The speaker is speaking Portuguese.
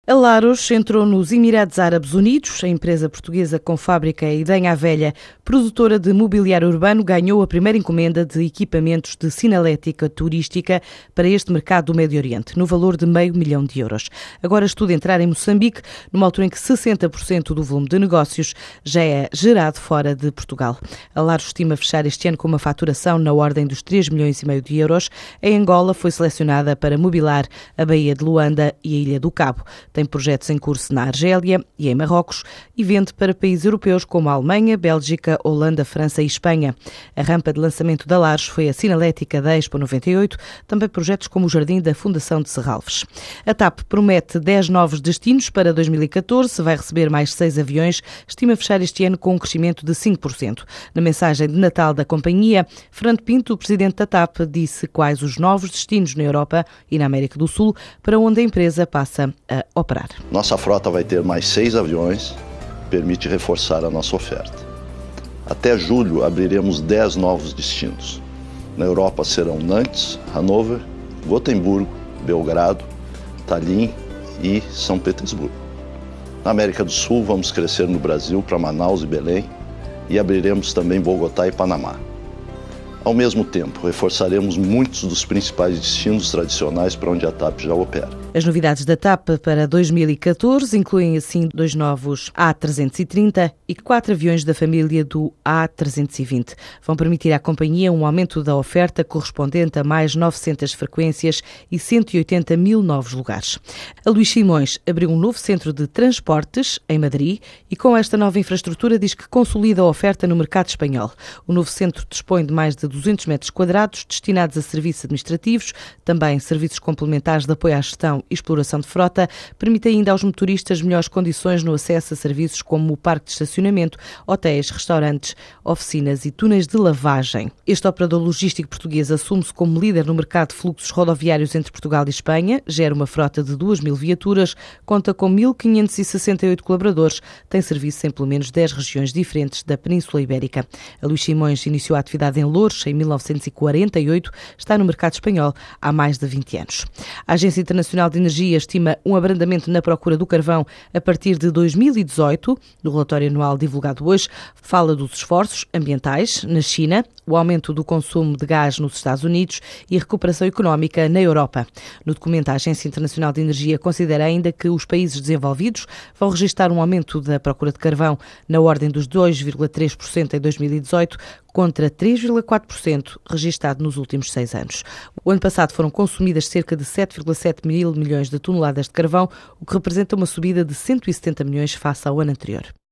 A Laros entrou nos Emirados Árabes Unidos. A empresa portuguesa com fábrica em Idenha Velha, produtora de mobiliário urbano, ganhou a primeira encomenda de equipamentos de sinalética turística para este mercado do Médio Oriente, no valor de €500 mil. Agora estuda entrar em Moçambique, numa altura em que 60% do volume de negócios já é gerado fora de Portugal. A Laros estima fechar este ano com uma faturação na ordem dos €3,5 milhões. Em Angola foi selecionada para mobilar a Baía de Luanda e a Ilha do Cabo. Tem projetos em curso na Argélia e em Marrocos e vende para países europeus como a Alemanha, Bélgica, Holanda, França e Espanha. A rampa de lançamento da Laros foi a sinalética da Expo 98, também projetos como o Jardim da Fundação de Serralves. A TAP promete 10 novos destinos para 2014, vai receber mais 6 aviões, estima fechar este ano com um crescimento de 5%. Na mensagem de Natal da companhia, Fernando Pinto, o presidente da TAP, disse quais os novos destinos na Europa e na América do Sul, para onde a empresa passa a operar. Nossa frota vai ter mais 6 aviões, permite reforçar a nossa oferta. Até julho abriremos 10 novos destinos. Na Europa serão Nantes, Hannover, Gotemburgo, Belgrado, Tallinn e São Petersburgo. Na América do Sul vamos crescer no Brasil para Manaus e Belém e abriremos também Bogotá e Panamá. Ao mesmo tempo, reforçaremos muitos dos principais destinos tradicionais para onde a TAP já opera. As novidades da TAP para 2014 incluem, assim, 2 novos A330 e 4 aviões da família do A320. Vão permitir à companhia um aumento da oferta correspondente a mais 900 frequências e 180 mil novos lugares. A Luís Simões abriu um novo centro de transportes em Madrid e com esta nova infraestrutura diz que consolida a oferta no mercado espanhol. O novo centro dispõe de mais de 200 metros quadrados destinados a serviços administrativos, também serviços complementares de apoio à gestão e exploração de frota, permite ainda aos motoristas melhores condições no acesso a serviços como o parque de estacionamento, hotéis, restaurantes, oficinas e túneis de lavagem. Este operador logístico português assume-se como líder no mercado de fluxos rodoviários entre Portugal e Espanha, gera uma frota de 2.000 viaturas, conta com 1.568 colaboradores, tem serviço em pelo menos 10 regiões diferentes da Península Ibérica. A Luís Simões iniciou a atividade em Loures em 1948, está no mercado espanhol há mais de 20 anos. A Agência Internacional de Energia estima um abrandamento na procura do carvão a partir de 2018. No relatório anual divulgado hoje, fala dos esforços ambientais na China, o aumento do consumo de gás nos Estados Unidos e a recuperação económica na Europa. No documento, a Agência Internacional de Energia considera ainda que os países desenvolvidos vão registrar um aumento da procura de carvão na ordem dos 2,3% em 2018, contra 3,4% registado nos últimos 6 anos. O ano passado foram consumidas cerca de 7,7 mil milhões de toneladas de carvão, o que representa uma subida de 170 milhões face ao ano anterior.